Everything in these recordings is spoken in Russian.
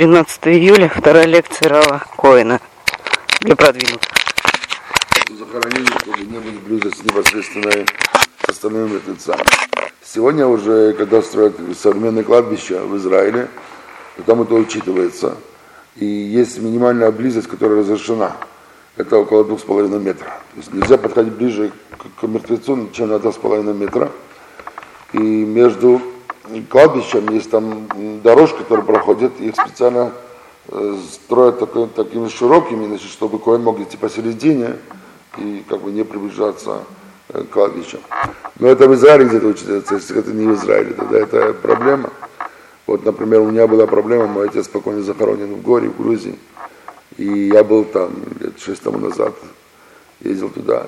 13 июля, вторая лекция Рава Коэна для продвинутых. Захоронили, чтобы не быть в близости непосредственно с остальными мертвецами. Сегодня уже, когда строят современные кладбища в Израиле, то там это учитывается. И есть минимальная близость, которая разрешена. Это около 2,5 метра. То есть нельзя подходить ближе к мертвецу, чем на 2,5 метра. И между кладбищем есть там дорожка, которая проходит, их специально строят такими широкими, значит, чтобы коэн мог идти посередине и как бы не приближаться к кладбищу. Но это в Израиле где-то учитывается, если это не в Израиле, тогда это проблема. Вот, например, у меня была проблема, мой отец спокойно захоронен в горе, в Грузии, и я был там лет 6 тому назад, ездил туда,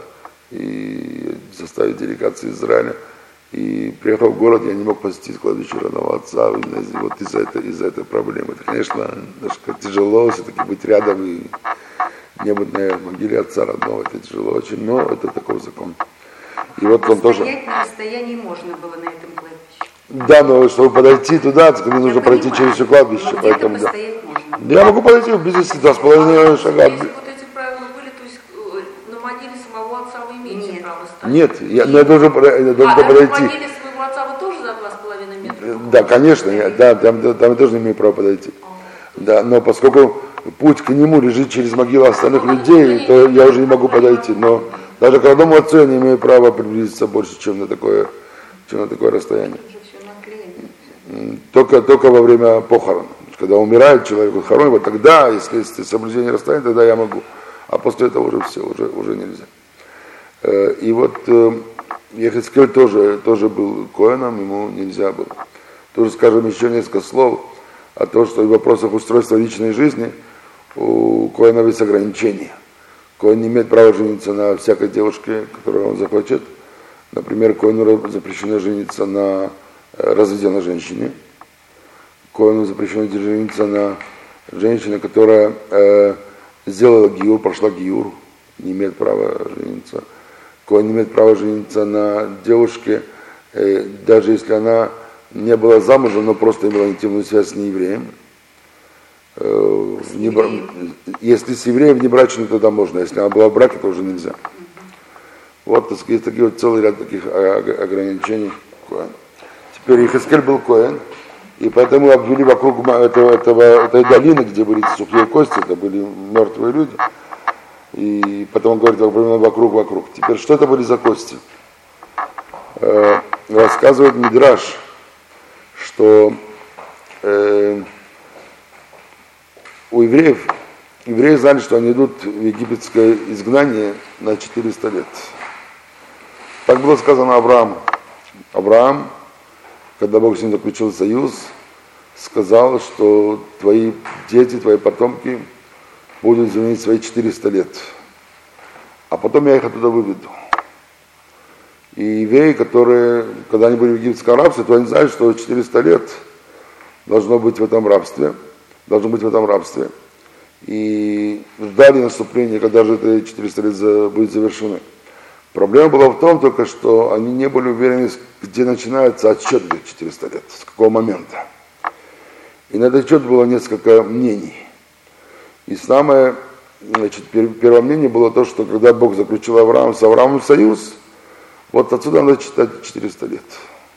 и составить делегацию Израиля. И приехал в город, я не мог посетить кладбище родного отца, вот из-за этой проблемы. Это, конечно, немножко тяжело все-таки быть рядом и не быть на могиле отца родного, это тяжело очень, но это такой закон. И вот он тоже... Стоять на расстоянии можно было на этом кладбище. Да, но чтобы подойти туда, мне нужно пройти через все кладбище, но поэтому да. Можно. Я могу подойти в близости 2,5 шага. Если вот эти правила были, то есть на могиле самого отца вы имеете право стоять? Нет, я должен подойти. На могиле своего отца вы тоже за 2,5 метра? Да, конечно, там я тоже имею право подойти. Да, но поскольку путь к нему лежит через могилу остальных людей, то я уже не могу подойти. Но даже к родному отцу я не имею права приблизиться больше, чем на такое расстояние. Только во время похорон. Когда умирает человек, он хоронит, вот тогда, если соблюдение расстояния, тогда я могу. А после этого уже все, уже нельзя. И вот Ехескель тоже был коэном, ему нельзя было. Тоже скажем еще несколько слов о том, что в вопросах устройства личной жизни у коэнов есть ограничения. Коэн не имеет права жениться на всякой девушке, которую он захочет. Например, коэну запрещено жениться на разведенной женщине. Коэну запрещено жениться на женщине, которая сделала гиур, прошла гиур, не имеет права жениться. Коэн не имеет права жениться на девушке, даже если она не была замужем, но просто имела интимную связь с неевреем. Если с евреем внебрачным, тогда можно, если она была в браке, то уже нельзя. Вот, так сказать, есть такие вот целый ряд таких ограничений. Теперь Ехескель был коэн, и поэтому обвели вокруг этой долины, где были сухие кости, это были мертвые люди. И потом он говорит, вокруг. Теперь, что это были за кости? Рассказывает Мидраш, что у евреи знали, что они идут в египетское изгнание на 400 лет. Так было сказано Аврааму. Авраам, когда Бог с ним заключил союз, сказал, что твои дети, твои потомки будут звонить свои 400 лет. А потом я их оттуда выведу. И евреи, которые, когда они были в египетском рабстве, то они знали, что 400 лет должно быть в этом рабстве. И ждали наступления, когда же эти 400 лет будут завершены. Проблема была в том только, что они не были уверены, где начинается отсчет этих 400 лет, с какого момента. И на этот счет было несколько мнений. И самое, первое мнение было то, что когда Бог заключил с Авраамом союз, вот отсюда надо считать 400 лет.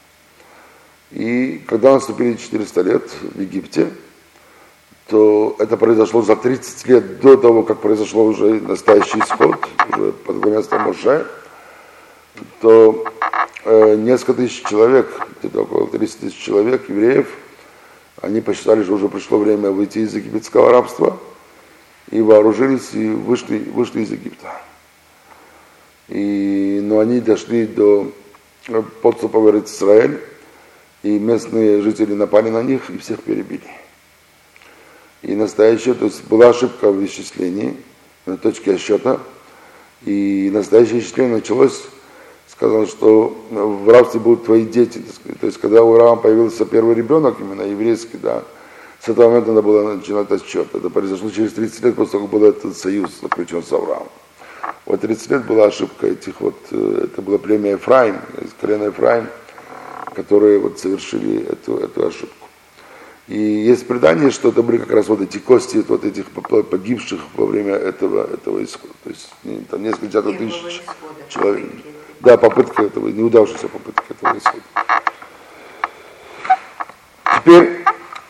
И когда наступили 400 лет в Египте, то это произошло за 30 лет до того, как произошло уже настоящий исход, уже под главенством Моше, то несколько тысяч человек, где-то около 30 тысяч человек, евреев, они посчитали, что уже пришло время выйти из египетского рабства, и вооружились, и вышли из Египта. Но они дошли до подступа в Израиль, и местные жители напали на них и всех перебили. И настоящее, то есть была ошибка в исчислении, на точке отсчета, и настоящее исчисление началось, сказал, что в рабстве будут твои дети. То есть когда у Авраама появился первый ребенок, именно еврейский, да, с этого момента надо было начинать отсчет. Это произошло через 30 лет, после того, как был этот союз заключен с Авраамом. Вот 30 лет была ошибка это было племя Ефраим, колено Ефраим, которые вот совершили эту ошибку. И есть предание, что это были как раз вот эти кости вот этих погибших во время этого исхода. То есть там несколько десятков тысяч человек. Да, попытка этого, неудавшаяся попытка этого исхода. Теперь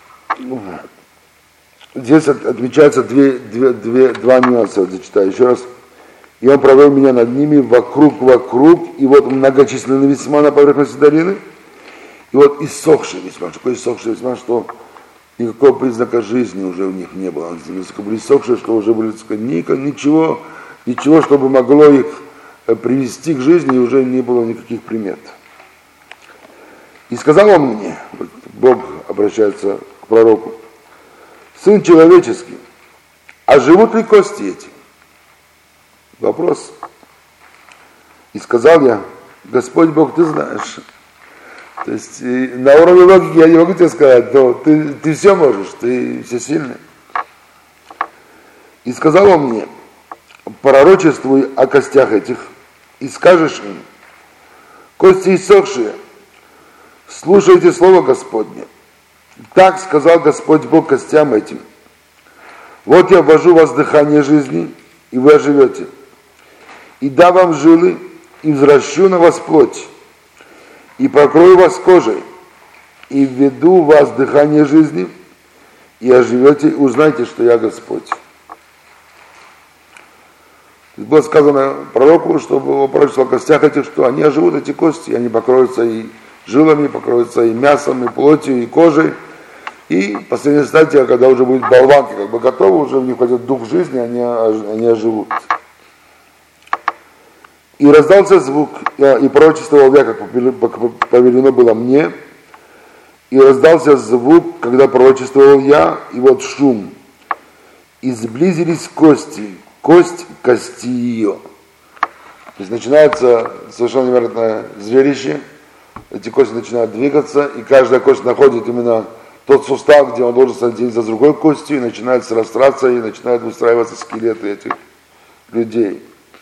здесь отмечаются два нюанса, вот зачитаю еще раз. И он провел меня над ними вокруг, и вот многочисленные весьма на поверхности долины, и вот иссохшие весьма. Что такое иссохшие весьма, что никакого признака жизни уже у них не было. Они были иссохшие, что уже были, так сказать, ничего, чтобы могло их привести к жизни, и уже не было никаких примет. И сказал он мне, Бог обращается к пророку: сын человеческий, а живут ли кости эти? Вопрос. И сказал я: Господь Бог, ты знаешь. То есть на уровне логики я не могу тебе сказать, но ты все можешь, ты всесильный. И сказал он мне: пророчествуй о костях этих, и скажешь им: кости иссохшие, слушайте слово Господне. Так сказал Господь Бог костям этим: вот я ввожу в вас дыхание жизни, и вы оживете. И дам вам жилы, и возвращу на вас плоть, и покрою вас кожей, и введу в вас дыхание жизни, и оживете, и узнайте, что я Господь. Было сказано пророку, чтобы он пророчествовал о костях этих, что они оживут, эти кости, и они покроются и жилами, покроются и мясом, и плотью, и кожей. И последняя стадия, когда уже будет болванки как бы готовы, уже в них пойдет дух жизни, они оживут. И раздался звук, и пророчествовал я, как повелено было мне, и раздался звук, когда пророчествовал я, и вот шум. И сблизились кости, кость кости ее. То есть начинается совершенно невероятное зрелище, эти кости начинают двигаться, и каждая кость находит именно тот сустав, где он должен соединиться с другой костью, и начинает срастаться, и начинают выстраиваться скелеты этих людей.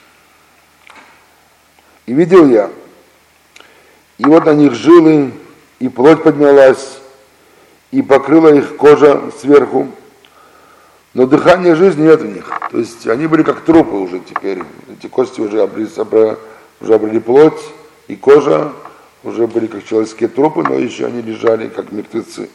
И видел я, и вот на них жилы, и плоть поднялась, и покрыла их кожа сверху, но дыхания жизни нет в них. То есть они были как трупы уже теперь, эти кости уже обрели плоть, и кожа уже были как человеческие трупы, но еще они лежали как мертвецы.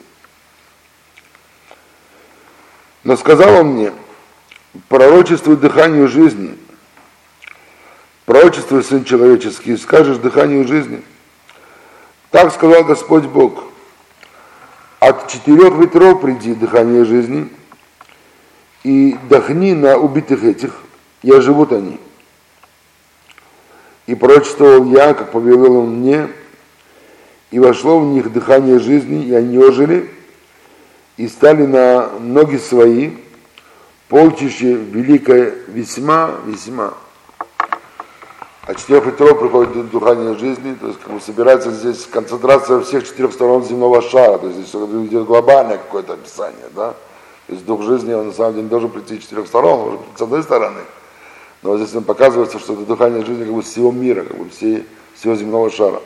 Но сказал он мне: пророчествуй дыханию жизни, пророчествуй, сын человеческий, и скажешь дыханию жизни. Так сказал Господь Бог: от 4 ветров приди дыхание жизни, и дохни на убитых этих, и оживут они. И пророчествовал я, как повелел он мне, и вошло в них дыхание жизни, и они ожили, и стали на ноги свои, полчище великое весьма. От 4 ветров приходит дыхание жизни, то есть как бы собирается здесь концентрация всех 4 сторон земного шара, то есть здесь идет глобальное какое-то описание, да. То есть дух жизни, он на самом деле не должен прийти с 4 сторон, он может прийти с одной стороны, но здесь нам показывается, что это дыхание жизни как бы всего мира, как бы всего земного шара.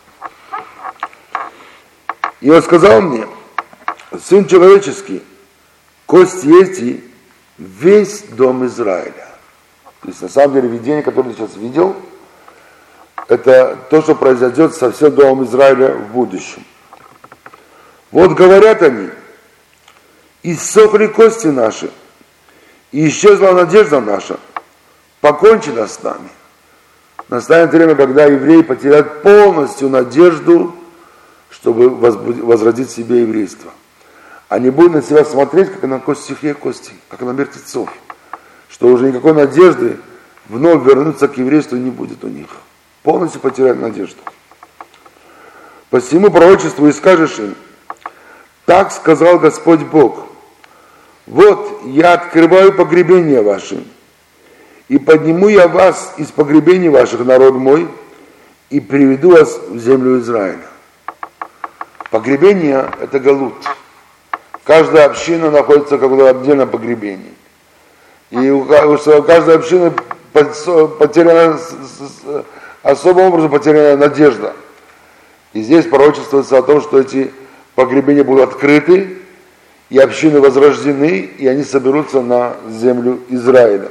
И он сказал мне: сын человеческий, кости эти весь дом Израиля. То есть на самом деле видение, которое ты сейчас видел, это то, что произойдет со всем домом Израиля в будущем. Вот говорят они: иссохли кости наши, и исчезла надежда наша, покончено с нами. Настанет время, когда евреи потеряют полностью надежду, чтобы возродить себе еврейство. Они будут на себя смотреть, как на кости, как на мертвецов, что уже никакой надежды вновь вернуться к еврейству не будет у них. Полностью потеряют надежду. Посему пророчеству и скажешь им: так сказал Господь Бог: вот я открываю погребение ваше, и подниму я вас из погребений ваших, народ мой, и приведу вас в землю Израиля. Погребение – это галут. Каждая община находится как бы в отдельном погребении. И у каждой общины потеряна, особым образом потеряна надежда. И здесь пророчествуется о том, что эти погребения будут открыты, и общины возрождены, и они соберутся на землю Израиля.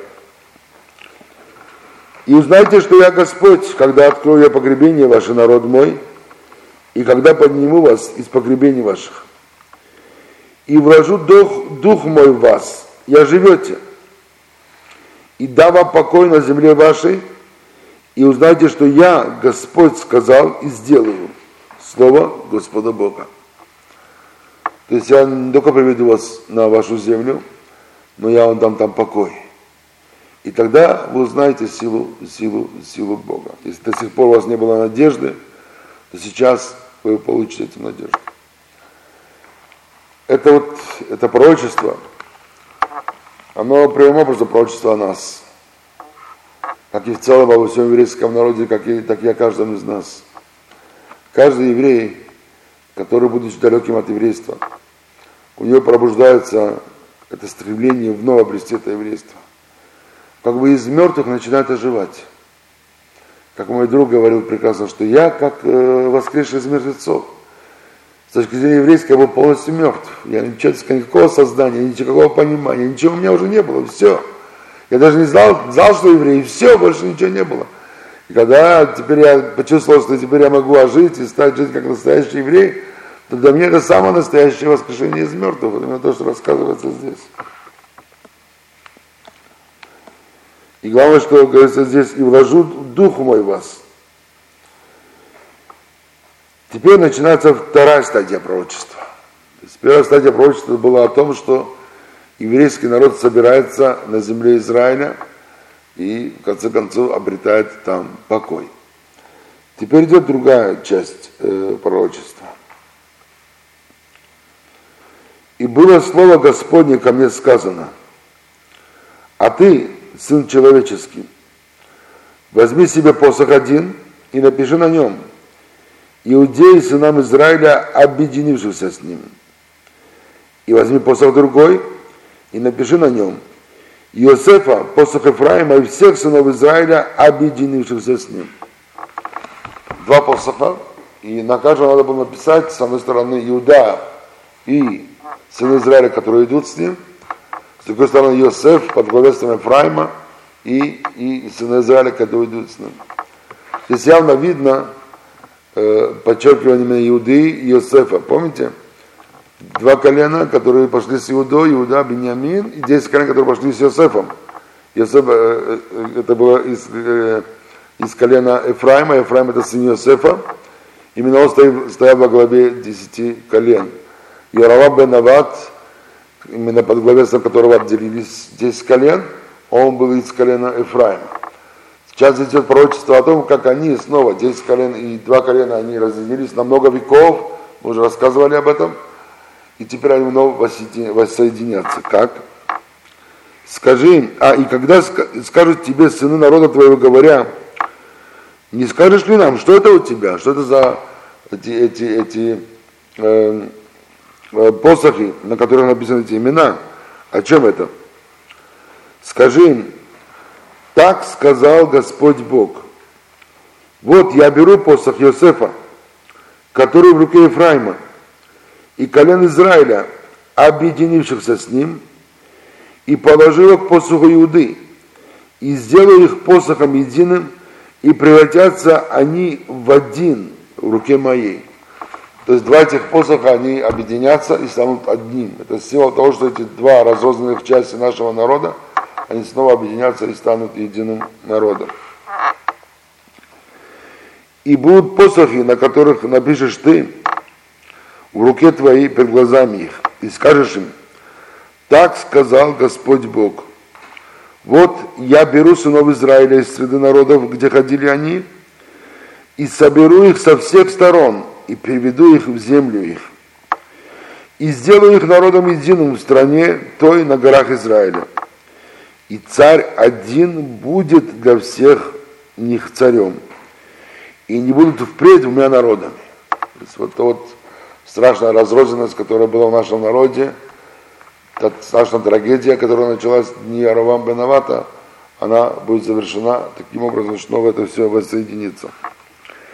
И узнайте, что я Господь, когда открою я погребение ваше, народ мой, и когда подниму вас из погребений ваших, и вложу дух мой в вас, и оживете, и дам вам покой на земле вашей, и узнайте, что я, Господь, сказал и сделаю. Слово Господа Бога. То есть я не только приведу вас на вашу землю, но я вам дам там покой. И тогда вы узнаете силу Бога. Если до сих пор у вас не было надежды, то сейчас вы получите эту надежду. Это пророчество, оно прямым образом пророчество о нас. Как и в целом во всем еврейском народе, так и о каждом из нас. Каждый еврей, который, будучи далеким от еврейства, у него пробуждается это стремление вновь обрести это еврейство. Как бы из мертвых начинает оживать. Как мой друг говорил прекрасно, что я как воскресший из мертвецов. С точки зрения еврейской я был полностью мертв. Я никакого сознания, никакого понимания, ничего у меня уже не было, все. Я даже не знал, что еврей, все, больше ничего не было. И когда теперь я почувствовал, что теперь я могу ожить и стать жить как настоящий еврей, то для меня это самое настоящее воскрешение из мертвых, именно то, что рассказывается здесь. И главное, что говорится здесь, и вложу дух мой в вас. Теперь начинается вторая стадия пророчества. То есть первая стадия пророчества была о том, что еврейский народ собирается на земле Израиля и в конце концов обретает там покой. Теперь идет другая часть пророчества. И было слово Господне ко мне сказано: а ты, сын человеческий, возьми себе посох один и напиши на нем: Иудеи, сынам Израиля, объединившихся с ним. И возьми посох другой и напиши на нем: Иосифа, посох Ефраима и всех сынов Израиля, объединившихся с ним. Два посоха, и на каждом надо было написать, с одной стороны, Иуда и сыны Израиля, которые идут с ним, с другой стороны, Иосиф под главенством Ефраима и сыны Израиля, которые идут с ним. Здесь явно видно подчеркивание именно Иуды и Иосифа. Помните? Два колена, которые пошли с Иудой, Иуда, Беньямин, и 10 колен, которые пошли с Иосифом. Иосиф, это было из колена Ефраима, Ефраим это сын Иосифа. Именно он стоял во главе 10 колен. Яровам бен Нават, именно под главенством которого отделились 10 колен, он был из колена Ефраима. Сейчас идет пророчество о том, как они снова, 10 колен и 2 колена, они разделились на много веков, мы уже рассказывали об этом, и теперь они вновь воссоединятся. Как? Скажи им, и когда скажут тебе сыны народа твоего, говоря: не скажешь ли нам, что это у тебя, что это за эти посохи, на которых написаны эти имена, о чем это? Скажи им: так сказал Господь Бог: вот я беру посох Иосифа, который в руке Ефраима, и колен Израиля, объединившихся с ним, и положу его к посоху Иуды, и сделаю их посохом единым, и превратятся они в один в руке моей. То есть два этих посоха, они объединятся и станут одним. Это символ того, что эти два разрозненных части нашего народа, они снова объединятся и станут единым народом. И будут посохи, на которых напишешь ты, в руке твоей перед глазами их, и скажешь им: так сказал Господь Бог: вот я беру сынов Израиля из среды народов, где ходили они, и соберу их со всех сторон, и переведу их в землю их, и сделаю их народом единым в стране той на горах Израиля. И царь один будет для всех них царем, и не будут впредь двумя народами. То есть вот страшная разрозненность, которая была в нашем народе, та страшная трагедия, которая началась в дни Яровам бен Навата, она будет завершена таким образом, что снова это все воссоединится.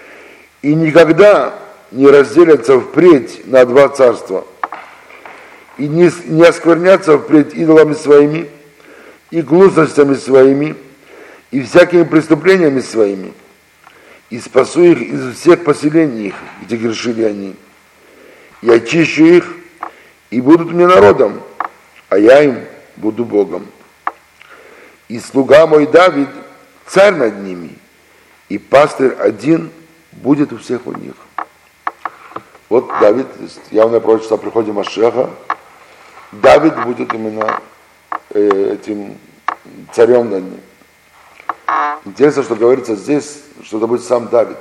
И никогда не разделятся впредь на два царства, и не осквернятся пред идолами своими, и гнусностями своими, и всякими преступлениями своими, и спасу их из всех поселений их, где грешили они, и очищу их, и будут мне народом, а я им буду Богом. И слуга мой Давид, царь над ними, и пастырь один будет у всех у них. Вот Давид, явное пророчество о приходе Машеха, Давид будет именно этим царем над ним. Интересно, что говорится здесь, что это будет сам Давид.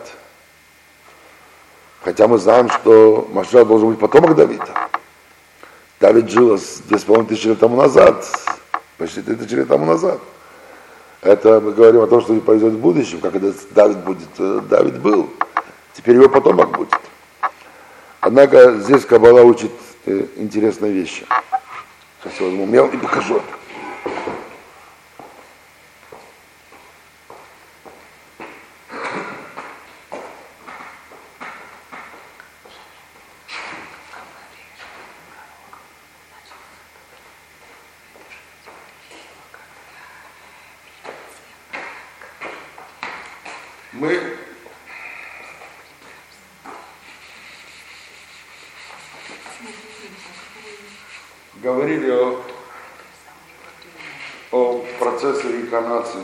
Хотя мы знаем, что Машех должен быть потомок Давида. Давид жил 2500 лет тому назад, почти 3000 лет тому назад. Это мы говорим о том, что произойдет в будущем, как это Давид будет. Давид был, теперь его потомок будет. Однако здесь Каббала учит интересные вещи. Сейчас я возьму мел и покажу это. Мы говорили о процессе реинкарнации.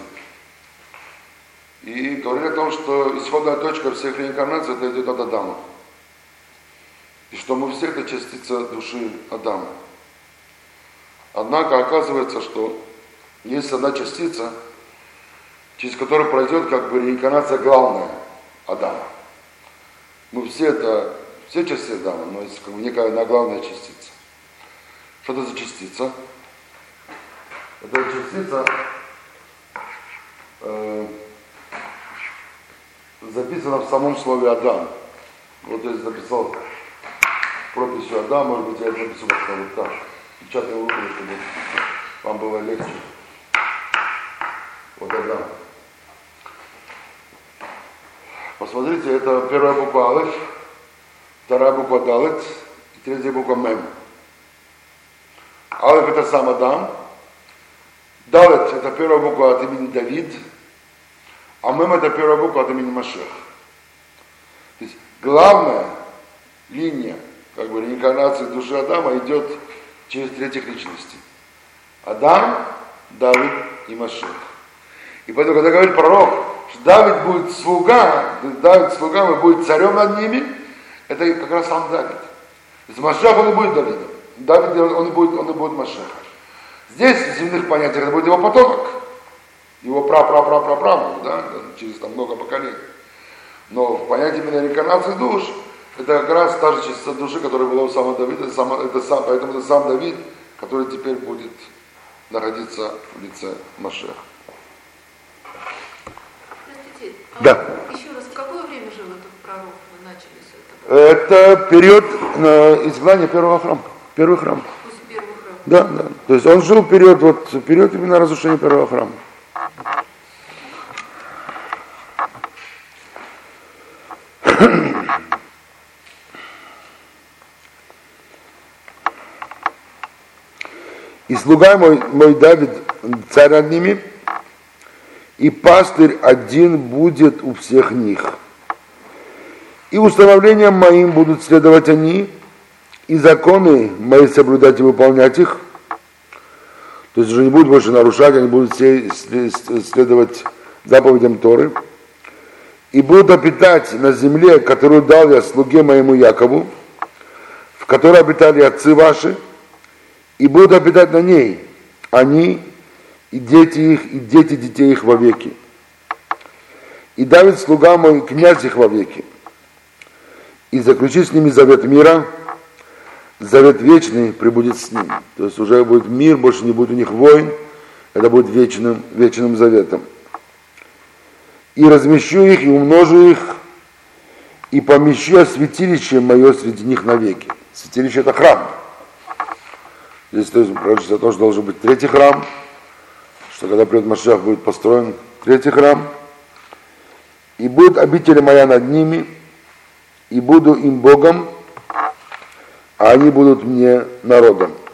И говорили о том, что исходная точка всех реинкарнаций это идет от Адама. И что мы все это частица души Адама. Однако оказывается, что есть одна частица, через которую пройдет как бы реинкарнация главная Адама. Мы все это, все части Адама, но есть как бы некая одна главная частица. Что это за частица? Это частица записана в самом слове Адам. Вот я записал прописью Адам, может быть, я это напишу как-то вот так. Печатаю руку, чтобы вам было легче. Вот Адам. Посмотрите, это первая буква Алеф, вторая буква Далет и третья буква Мем. Алеф это сам Адам, Далет это первая буква от имени Давид, а Мем это первая буква от имени Машех. То есть главная линия как бы реинкарнации души Адама идет через третьих личностей. Адам, Давид и Машех. И поэтому, когда говорит пророк, что Давид будет слуга и будет царем над ними, это как раз сам Давид. То есть Машех он и будет Давидом. Давид он и будет Машеха. Здесь в земных понятиях это будет его потомок, его правнук, да, через там много поколений. Но в понятии именно реинкарнации душ, это как раз та же частица души, которая была у самого Давида, поэтому это сам Давид, который теперь будет находиться в лице Машеха. Простите, Да. Еще раз, в какое время жил этот пророк? Мы начали с этого. Это период изгнания первого храма. Первый храм. После первого храма. Да, да. То есть он жил период именно разрушения первого храма. И слуга мой Давид, царь над ними, и пастырь один будет у всех них. И установлениям моим будут следовать они, и законы мои соблюдать и выполнять их. То есть уже не будут больше нарушать, они будут следовать заповедям Торы. И будут обитать на земле, которую дал я слуге моему Якову, в которой обитали отцы ваши, и будут обитать на ней они, и дети их, и дети детей их вовеки. И Давид, слуга мой, князь их вовеки. И заключи с ними завет мира, завет вечный пребудет с ними. То есть уже будет мир, больше не будет у них войн, это будет вечным заветом. И размещу их, и умножу их, и помещу святилище мое среди них навеки. Святилище это храм. Здесь пророчество тоже должен быть третий храм, что когда придет Машиах, будет построен третий храм. И будет обитель моя над ними, и буду им Богом, а они будут мне народом.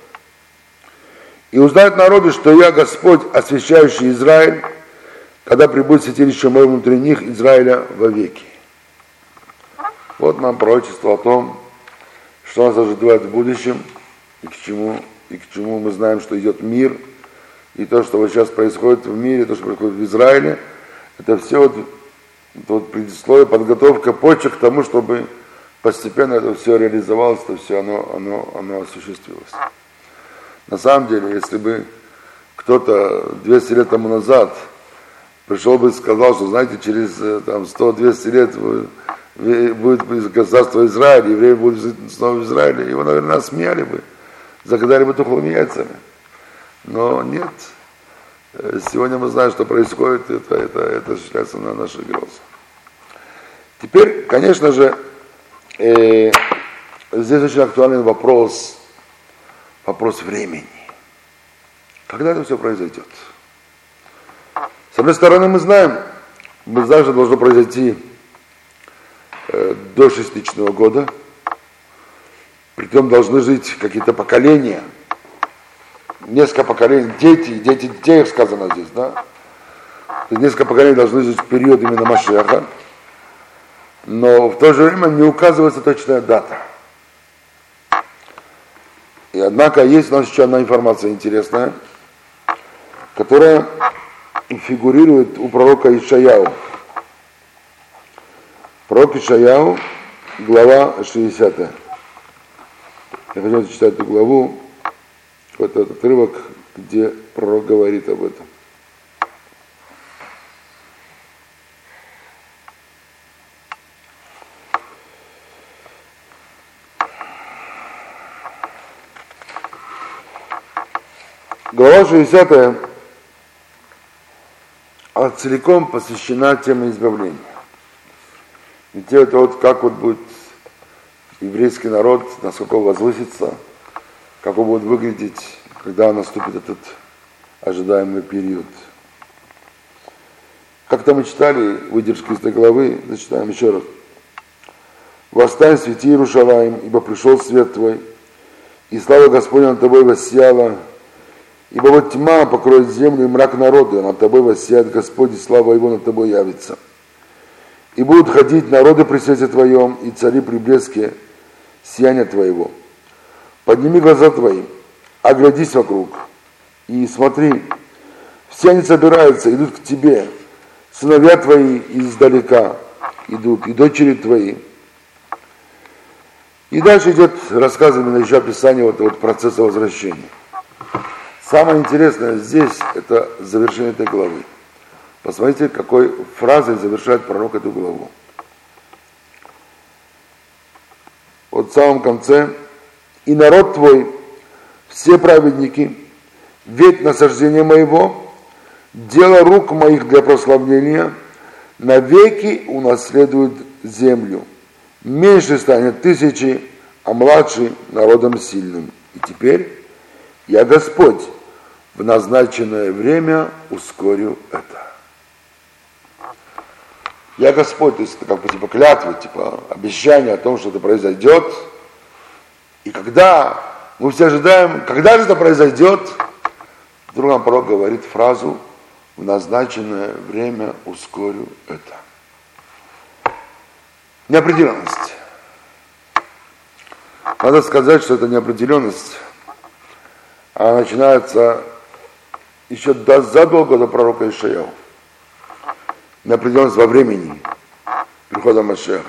И узнают народы, что я Господь, освящающий Израиль, когда прибудет святилище мое внутри них, Израиля вовеки. Вот нам пророчество о том, что нас ожидает в будущем, и к чему мы знаем, что идет мир, и то, что вот сейчас происходит в мире, то, что происходит в Израиле, это все вот предисловие, подготовка, почек к тому, чтобы постепенно это все реализовалось, это все оно осуществилось. На самом деле, если бы кто-то 200 лет тому назад пришел бы и сказал, что, знаете, через 100-200 лет будет государство Израиль, евреи будут жить снова в Израиле, его, наверное, смеяли бы, загадали бы тухлыми яйцами. Но нет. Сегодня мы знаем, что происходит, это осуществляется на наших глазах. Теперь, конечно же, здесь очень актуальный вопрос времени. Когда это все произойдет? С одной стороны, мы знаем, что должно произойти до 6000 года. Притом должны жить какие-то поколения, несколько поколений, дети детей, сказано здесь, да? Несколько поколений должны жить в период именно Машеха, но в то же время не указывается точная дата. И однако есть у нас еще одна информация интересная, которая фигурирует у пророка Ишаяу. Пророк Ишаяу, глава 60. Я хочу зачитать эту главу, вот этот отрывок, где пророк говорит об этом. Глава 60 целиком посвящена теме избавления. Ведь это вот как вот будет еврейский народ, насколько он возвысится, как он будет выглядеть, когда наступит этот ожидаемый период. Как-то мы читали выдержки из этой главы, зачитаем еще раз. «Восстань, свети Иерушалаим, ибо пришел свет твой, и слава Господня над тобой воссияла, ибо вот тьма покроет землю и мрак народа, над тобой воссияет Господь, и слава его над тобой явится. И будут ходить народы при свете твоем, и цари при блеске сияния твоего. Подними глаза твои, оглядись вокруг, и смотри, все они собираются, идут к тебе, сыновья твои издалека идут, и дочери твои». И дальше идет рассказ, именно еще описание вот процесса возвращения. Самое интересное здесь, это завершение этой главы. Посмотрите, какой фразой завершает пророк эту главу. Вот в самом конце. «И народ твой, все праведники, ведь насаждение моего, дело рук моих для прославления, навеки унаследуют землю. Меньше станет 1000, а младший народом сильным. И теперь я Господь, в назначенное время ускорю это». Я Господь, то есть это как бы типа клятвы, типа обещание о том, что это произойдет. И когда мы все ожидаем, когда же это произойдет, вдруг нам пророк говорит фразу: «В назначенное время ускорю это». Неопределенность. Надо сказать, что эта неопределенность, она начинается еще задолго до пророка Ишаяу. Неопределенность во времени прихода Машеха.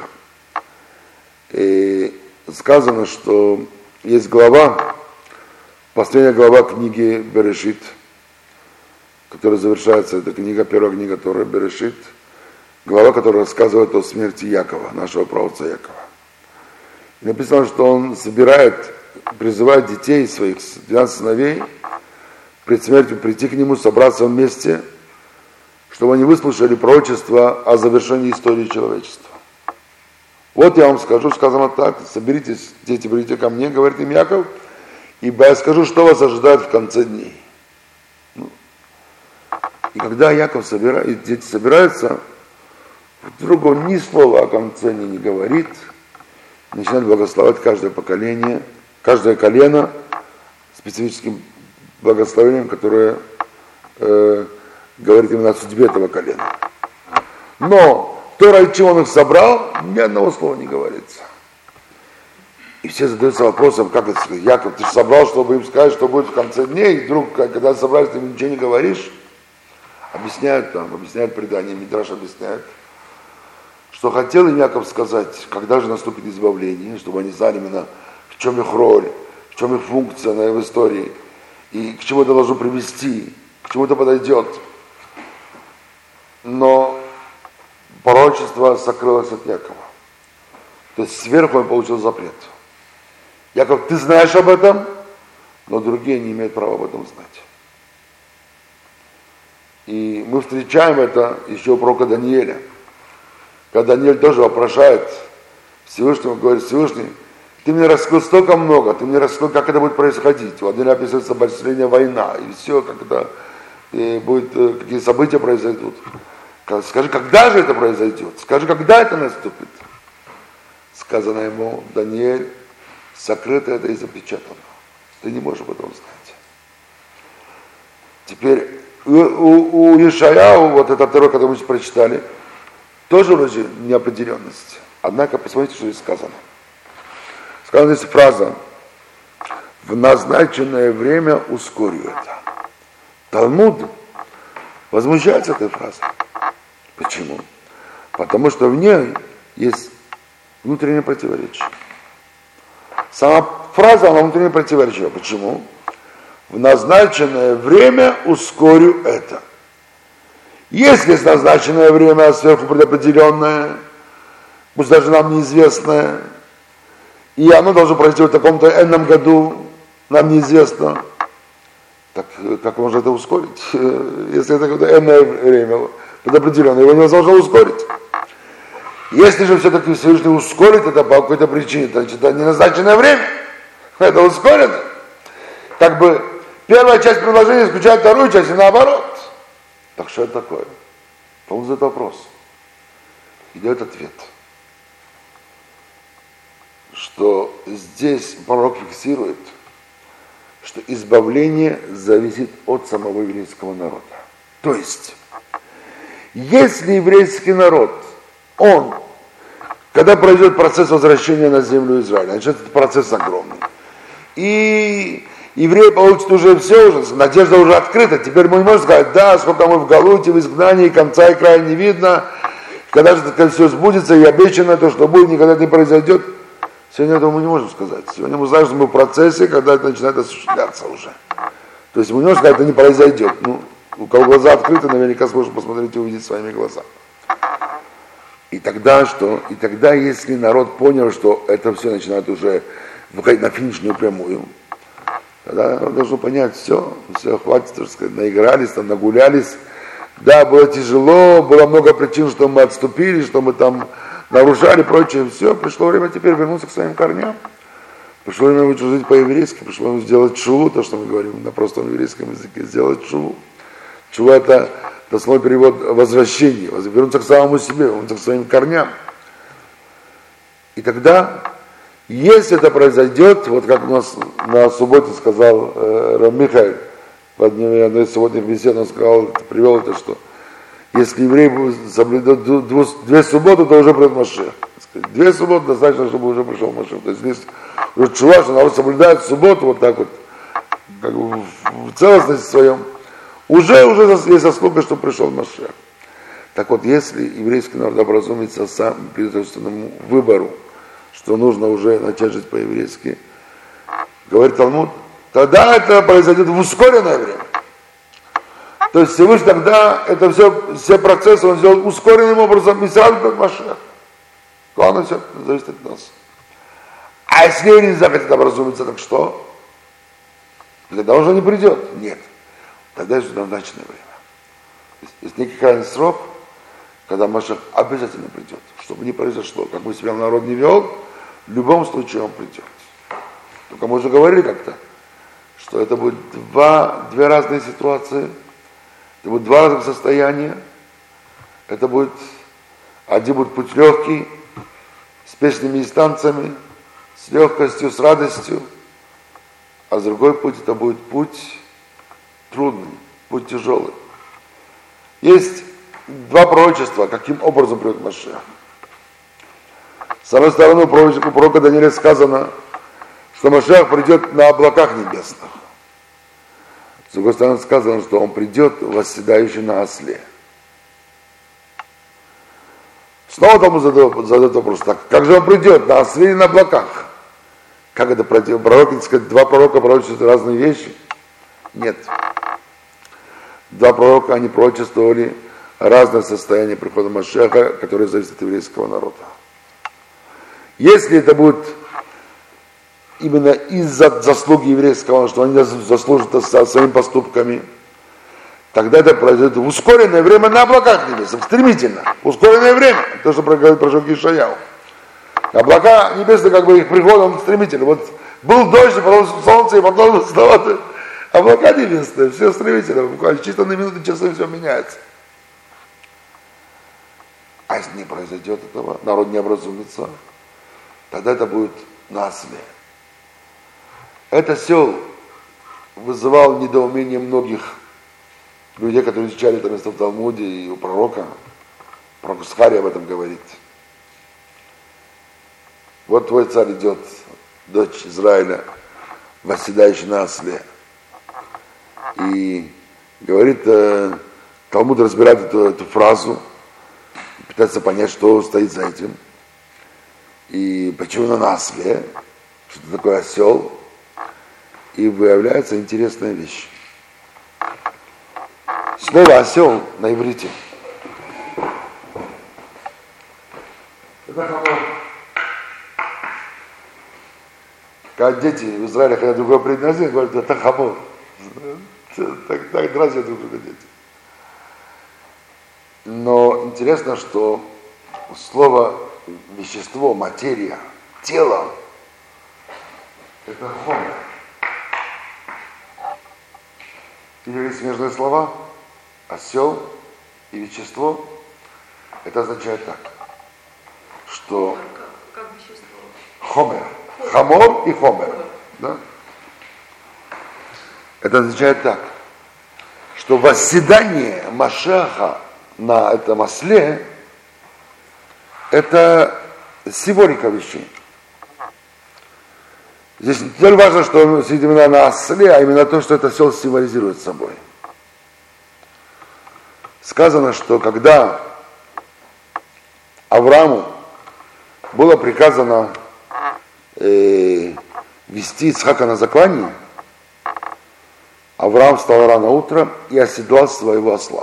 И сказано, что есть глава, последняя глава книги Берешит, которая завершается, это первая книга Торы Берешит, глава, которая рассказывает о смерти Якова, нашего праотца Якова. И написано, что он призывает детей своих, 12 сыновей, пред смертью прийти к нему, собраться вместе, чтобы они выслушали пророчество о завершении истории человечества. Вот я вам скажу, сказано так: соберитесь, дети, придите ко мне, говорит им Яков, ибо я скажу, что вас ожидает в конце дней. И когда Яков и дети собираются, вдруг он ни слова о конце не говорит, начинает благословлять каждое поколение, каждое колено специфическим благословением, которое говорит именно о судьбе этого колена. Но то, ради чего он их собрал, ни одного слова не говорится. И все задаются вопросом, как это сказать, Яков, ты же собрал, чтобы им сказать, что будет в конце дней, и вдруг, когда собрались, ты ничего не говоришь. Объясняют предание, Мидраш объясняет, что хотел им Яков сказать, когда же наступит избавление, чтобы они знали именно, в чем их роль, в чем их функция в истории, и к чему это должно привести, к чему это подойдет. Но пророчество сокрылось от Якова. То есть сверху он получил запрет. Яков, ты знаешь об этом, но другие не имеют права об этом знать. И мы встречаем это еще у пророка Даниэля. Когда Даниэль тоже вопрошает Всевышнего, говорит, Всевышний, ты мне раскрыл столько много, ты мне раскрыл, как это будет происходить. В Данииле описывается большая война, и все, как это будет, какие события произойдут. Скажи, когда же это произойдет? Скажи, когда это наступит? Сказано ему, Даниэль, сокрыто это и запечатано. Ты не можешь об этом знать. Теперь у Ишаяу, вот этот отрывок, который мы сейчас прочитали, тоже вроде неопределенность. Однако посмотрите, что здесь сказано. Сказана здесь фраза «в назначенное время ускорю это». Талмуд возмущается этой фразой. Почему? Потому что в ней есть внутреннее противоречие. Сама фраза, она внутренне противоречива. Почему? В назначенное время ускорю это. Если есть назначенное время сверху предопределенное, пусть даже нам неизвестное, и оно должно произойти в таком-то энном году, нам неизвестно, так как можно это ускорить? Если это какое-то энное время предопределенное, его невозможно ускорить. Если же все-таки Всевышний ускорит это по какой-то причине, значит, это не назначенное время, это ускорено. Как бы первая часть предложения исключает вторую часть и наоборот. Так что это такое? Он задает вопрос и дает ответ. Что здесь пророк фиксирует, что избавление зависит от самого еврейского народа. То есть, если еврейский народ, он, когда произойдет процесс возвращения на землю Израиля, значит, это процесс огромный. И евреи получат уже все, уже, надежда уже открыта. Теперь мы не можем сказать, да, сколько мы в Галуте, в изгнании, конца и края не видно. Когда же это все сбудется и обещано то, что будет, никогда не произойдет. Сегодня этого мы не можем сказать. Сегодня мы знаем, что мы в процессе, когда это начинает осуществляться уже. То есть мы не можем сказать, это не произойдет. Ну, у кого глаза открыты, наверняка сможет посмотреть и увидеть своими глазами. И тогда что? И тогда, если народ понял, что это все начинает уже выходить на финишную прямую, тогда народ должен понять, все, хватит, так сказать, наигрались, там, нагулялись. Да, было тяжело, было много причин, что мы отступили, что мы там нарушали, прочее, все. Пришло время теперь вернуться к своим корням. Пришло время жить по-еврейски, пришло время сделать шуву, то, что мы говорим на простом еврейском языке, сделать шуву. Шува — это дословный перевод возвращение, вернуться к самому себе, вернуться к своим корням. И тогда, если это произойдет, вот как у нас на субботе сказал Рав Михаэль, в одной из субботних бесед он сказал, привел это, что если евреи соблюдают 2 субботы, то уже придет Машиах. 2 субботы достаточно, чтобы уже пришел Машиах. То есть если уже чува, что народ соблюдает субботу вот так вот, как бы в целостности своем, уже есть заслуга, что пришел Машиах. Так вот, если еврейский народ образумится сам, придет к собственному выбору, что нужно уже начать жить по-еврейски, говорит Талмуд, тогда это произойдет в ускоренное время. То есть Всевышний тогда это все процессы он сделал ускоренным образом и сразу как Машиах. Главное, все зависит от нас. А если не захотят образумиться, так что? Тогда уже не придет. Нет. Тогда есть назначенное время. Есть некий крайний срок, когда Машиах обязательно придет. Чтобы не произошло. Как бы себя народ не вел, в любом случае он придет. Только мы уже говорили как-то, что это будет две разные ситуации. Это будет 2 разных состояния. Это будет, один будет путь легкий, с печными инстанциями, с легкостью, с радостью. А другой путь, это будет путь трудный, путь тяжелый. Есть два пророчества, каким образом придет Машиах. С одной стороны, у пророка Даниила сказано, что Машиах придет на облаках небесных. С другой стороны, сказано, что он придет восседающий на осле. Снова тому задают вопрос, так, как же он придет, на осле или на облаках? Как это пророки, сказать, два пророка пророчествуют разные вещи? Нет. Два пророка, они пророчествовали разное состояние прихода Машиаха, которое зависит от еврейского народа. Если это будет именно из-за заслуги еврейского, что они заслужат своими поступками, тогда это произойдет в ускоренное время на облаках небесных, стремительно, ускоренное время, то, что говорит пророк Ишаяу. Облака небесные, как бы их приход, он стремительный. Вот был дождь, и потом солнце, и потом снова облака небесные, все стремительно, буквально чисто на минуты, часы все меняется. А если не произойдет этого, народ не образумится, тогда это будет на осле. Этот осел вызывал недоумение многих людей, которые изучали это место в Талмуде, и у пророка. Пророк Захария об этом говорит. Вот твой царь идет, дочь Израиля, восседающий на осле. И говорит, Талмуд разбирает эту фразу, пытается понять, что стоит за этим. И почему он на осле, что это такое осел. И выявляется интересная вещь. Слово осел на иврите. Это хамор. Когда дети в Израиле хотят другое произносить, говорят, это хамор. Так дразнят друг друга дети. Но интересно, что слово вещество, материя, тело, это хомер. Или смежные слова, осел и вещество, это означает так, что Как вещество. хомер, хамор и хомер, да? Это означает так, что восседание Машиаха на этом осле, это символика вещей. Здесь не только важно, что он сидит именно на осле, а именно то, что это осел символизирует собой. Сказано, что когда Аврааму было приказано вести Ицхака на заклание, Авраам встал рано утром и оседлал своего осла.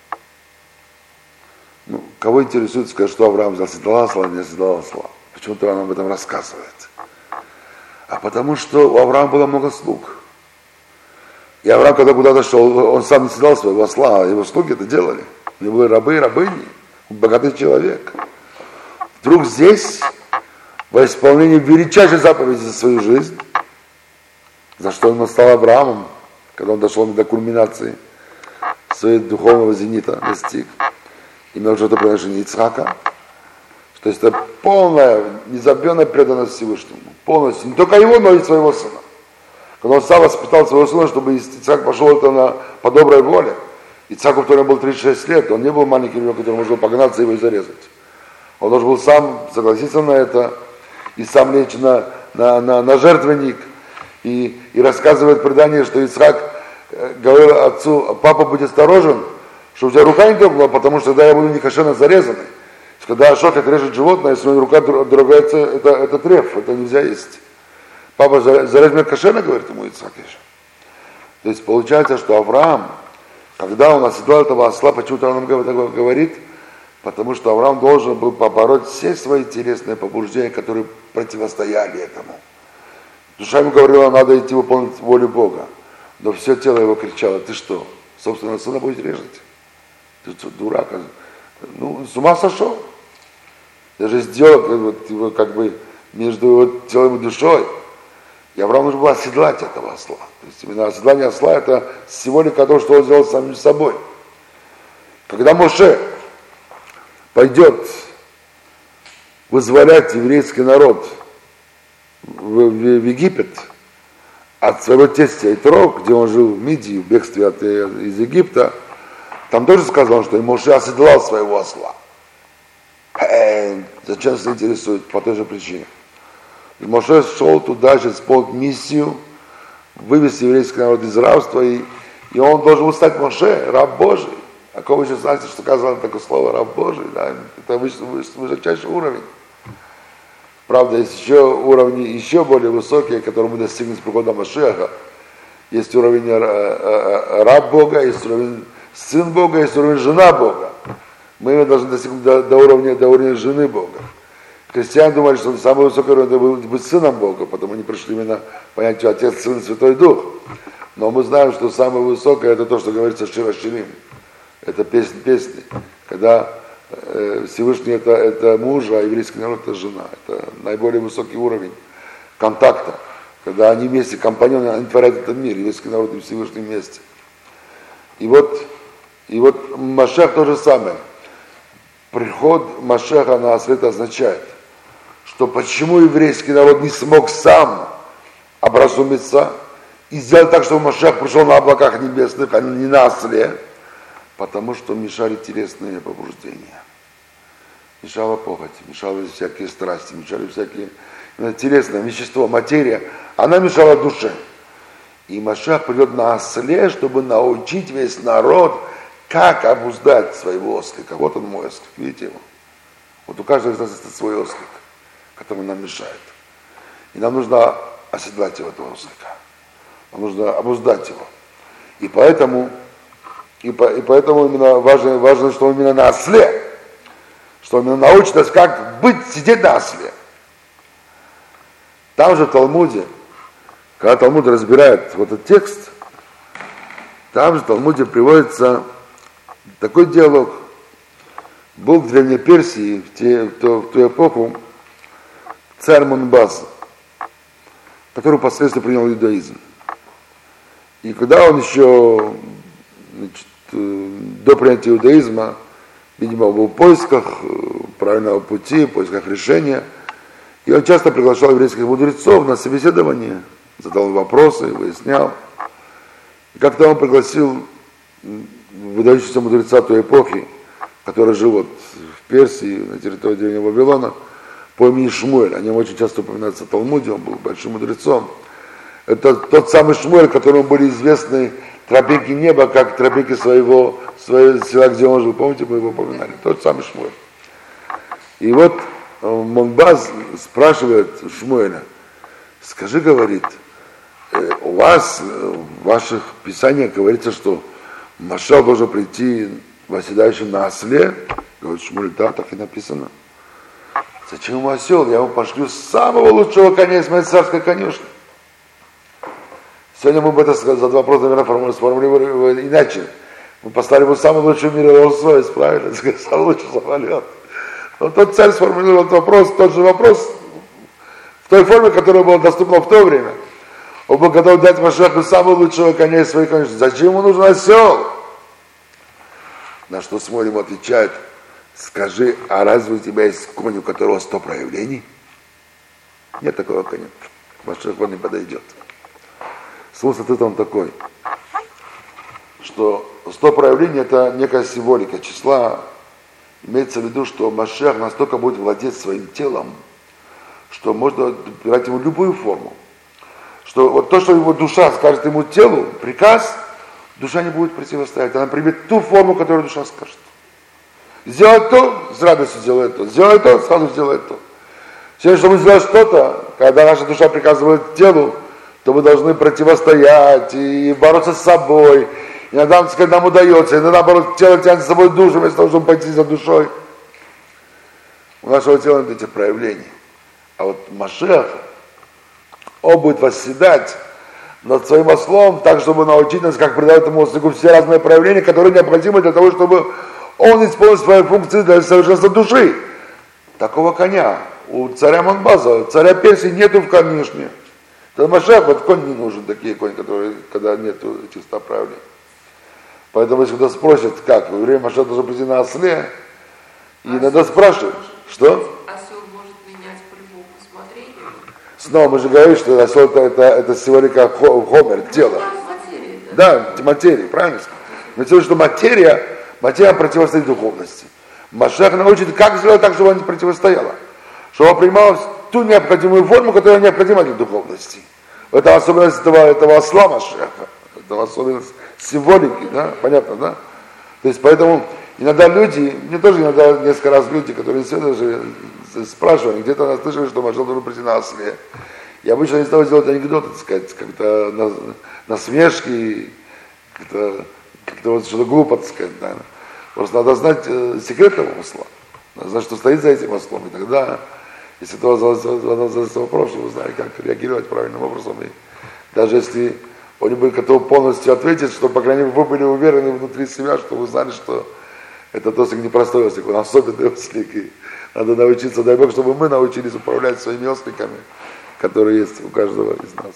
Ну, кого интересует сказать, что Авраам оседлал осла, не оседлал осла? Почему-то он об этом рассказывает. А потому что у Авраама было много слуг. И Авраам, когда куда-то шел, он сам не седлал своего осла, а его слуги это делали. У него были рабы и рабыни, он богатый человек. Вдруг здесь, во исполнении величайшей заповеди за свою жизнь, за что он стал Авраамом, когда он дошел до кульминации своего духовного зенита, достиг, имел жертвоприношение Ицхака, то есть это полная, незабвенная преданность Всевышнему. Полностью. Не только его, но и своего сына. Когда он сам воспитал своего сына, чтобы Ицхак пошел это по доброй воле. Ицхаку, который был 36 лет, он не был маленьким ребенком, который можно погнаться его и зарезать. Он должен был сам согласиться на это и сам лечь на жертвенник. И рассказывает предание, что Ицхак говорил отцу: папа, будь осторожен, что у тебя рука не дрогнула, потому что тогда я буду некошерно зарезанный. Когда шохет режет животное, если у него рука дергается, это треф, это нельзя есть. Папа, зарежь меня кошерно, говорит ему Ицхак еще. То есть получается, что Авраам, когда он оседлал этого осла, почему-то он нам говорит, потому что Авраам должен был побороть все свои телесные побуждения, которые противостояли этому. Душа ему говорила, надо идти выполнить волю Бога. Но все тело его кричало: ты что, собственного сына будешь резать? Ты что, дурак? Ну, с ума сошел. Даже сделал его как бы между его телом и душой. И Авраам нужно было оседлать этого осла. То есть именно оседлание осла — это символика того, что он сделал самим собой. Когда Моше пойдет вызволять еврейский народ в Египет, от своего тестя Итро, где он жил в Мидии, в бегстве из Египта, там тоже сказано, что Моше оседлал своего осла. Зачем се интересует? По той же причине. И Моше шел туда же, исполнить миссию, вывести еврейский народ из рабства, и он должен был стать Моше, раб Божий. А кого вы еще знаете, что сказано такое слово раб Божий? Да? Это высочайший уровень. Правда, есть еще уровни еще более высокие, которые мы достигнем с приходом Машиаха. Есть уровень раб Бога, есть уровень сын Бога, есть уровень жена Бога. Мы должны достигнуть до уровня жены Бога. Христиане думали, что самый высокий уровень это быть сыном Бога, потому они пришли именно понятию Отец, Сын, Святой Дух. Но мы знаем, что самое высокое это то, что говорится Шира Ширим. Это песни. Когда Всевышний это муж, а еврейский народ это жена. Это наиболее высокий уровень контакта. Когда они вместе, компаньоны, они творят этот мир, еврейский народ и Всевышний вместе. И вот Машиах то же самое. Приход Машиаха на свет означает, что почему еврейский народ не смог сам образумиться и сделать так, чтобы Машиах пришел на облаках небесных, а не на осле, потому что мешали телесные побуждения. Мешала похоть, мешали всякие страсти, мешали всякие телесное вещество, материя, она мешала душе. И Машиах придет на осле, чтобы научить весь народ, как обуздать своего ослика. Вот он мой ослик, видите его? Вот у каждого из нас есть свой ослик, который нам мешает. И нам нужно оседлать его, этого ослика. Нам нужно обуздать его. И поэтому именно важно, что он именно на осле, что он именно научит нас, как сидеть на осле. Там же в Талмуде, когда Талмуд разбирает вот этот текст, там же в Талмуде приводится такой диалог. Был в Древней Персии в ту эпоху царь Монбас, который впоследствии принял иудаизм. И когда он еще до принятия иудаизма, видимо, был в поисках правильного пути, в поисках решения, и он часто приглашал еврейских мудрецов на собеседование, задал вопросы, выяснял. И как-то он пригласил выдающегося мудреца той эпохи, который жил вот в Персии, на территории древнего Вавилона, по имени Шмуэль. О нем очень часто упоминается в Талмуде, он был большим мудрецом. Это тот самый Шмуэль, которому были известны тропинки неба, как тропинки своего села, где он жил. Помните, мы его упоминали? Тот самый Шмуэль. И вот Монбаз спрашивает Шмуэля, скажи, говорит, у вас в ваших писаниях говорится, что Машиах должен прийти восседающим на осле. Говорит Шмуэль, да, так и написано. Зачем ему осел? Я ему пошлю самого лучшего коня из моей царской конюшни. Сегодня мы бы это за два вопроса, наверное, сформулировали иначе. Мы поставили ему самый лучший в мире Rolls-Royce, правильно? Самый лучший самолет. Но тот царь сформулировал этот вопрос, тот же вопрос, в той форме, которая была доступна в то время. Он был готов дать Машиаху самого лучшего коня из своей конюшни. Зачем ему нужен осел? На что Шмуэль ему отвечает, скажи, а разве у тебя есть конь, у которого 100 проявлений? Нет такого коня. Машиах он не подойдет. Смысл ответа он такой, что 100 проявлений это некая символика числа. Имеется в виду, что Машиах настолько будет владеть своим телом, что можно дать ему любую форму. Что вот то, что его душа скажет ему телу, приказ, душа не будет противостоять. Она примет ту форму, которую душа скажет. Сделать то, с радостью сделает то. Сделать то, сразу сделает то. Все, чтобы сделать что-то, когда наша душа приказывает телу, то мы должны противостоять и бороться с собой. Иногда нам удается, иногда, наоборот, тело тянет с собой душу, вместо того, чтобы пойти за душой. У нашего тела нет этих проявлений. А вот Машиах, он будет восседать над своим ослом, так, чтобы научить нас, как придать этому ослику все разные проявления, которые необходимы для того, чтобы он исполнил свои функции для совершенства души. Такого коня у царя Монбаза, царя Персии нету в конюшне. Это Машиах, вот конь не нужен, такие кони, которые, когда нету этих 100 проявлений. Поэтому, если кто-то спросит, как, во время Машиах должен прийти на осле, и надо спрашивать, что? Осел может менять по любому усмотрению. снова мы же говорим, что осел это символика хомер, тело. Материя, Да, материя, правильно сказал. Но дело, что материя противостоит духовности. Машех научит, как сделать так, чтобы она не противостояла. Чтобы она принимала ту необходимую форму, которая необходима для духовности. Это особенность этого осла Машеха. Это особенность символики, да? Понятно, да? То есть поэтому иногда люди, мне тоже иногда несколько раз люди, которые даже спрашивали, где-то слышали, что Машех должен прийти на осле. Я обычно не стал делать анекдоты, так сказать, как-то насмешки, как-то вот что-то глупо, так сказать, да. Просто надо знать секрет этого осла. Надо знать, что стоит за этим ослом. И тогда, если кто задается вопрос, вы знаете, как реагировать правильным образом. И даже если он не будет готов полностью ответить, что, по крайней мере, вы были уверены внутри себя, что вы знали, что этот ослик непростой ослик, он особенный ослик. И надо научиться, дай Бог, чтобы мы научились управлять своими осликами, которые есть у каждого из нас.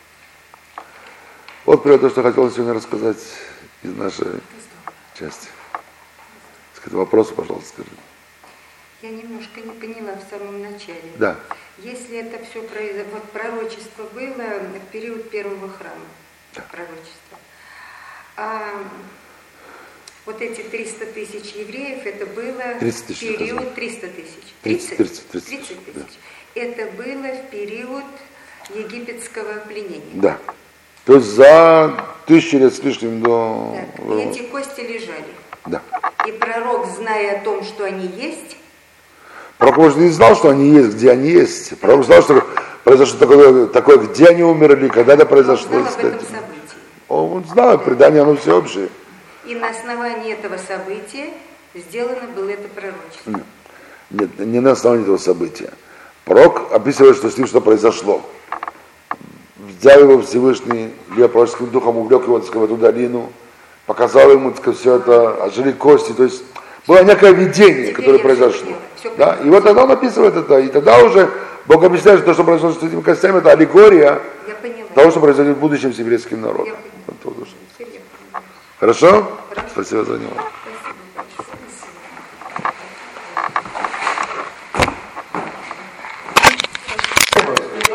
Вот примерно то, что хотел сегодня рассказать из нашей части. Вопросы, пожалуйста, скажи. Я немножко не поняла в самом начале. Да. Если это все вот пророчество было в период первого храма, да. Пророчество, а вот эти 300 тысяч евреев, это было 30 тысяч, в период сказал. 300 тысяч. 30 тысяч. Да. Это было в период египетского пленения. Да. То есть за 1000 лет с лишним до... Так, и эти кости лежали. Да. И пророк, зная о том, что они есть... Пророк, может, не знал, что они есть, где они есть. Пророк знал, что произошло такое, где они умерли, когда это произошло. Он знал об этом событии. Он знал, предание, оно всеобщее. И на основании этого события сделано было это пророчество. Нет, не на основании этого события. Пророк описывает, что с ним что произошло. Взял его Всевышний, Илья пророческим духом, увлек его, так сказать, в эту долину, показал ему, так сказать, все это, ожили кости, то есть было некое видение, которое произошло. Да? И вот тогда он описывает это, и тогда уже Бог объясняет, что то, что произошло с этими костями, это аллегория того, что произойдет в будущем с еврейским народом. Вот, хорошо? Спасибо за внимание.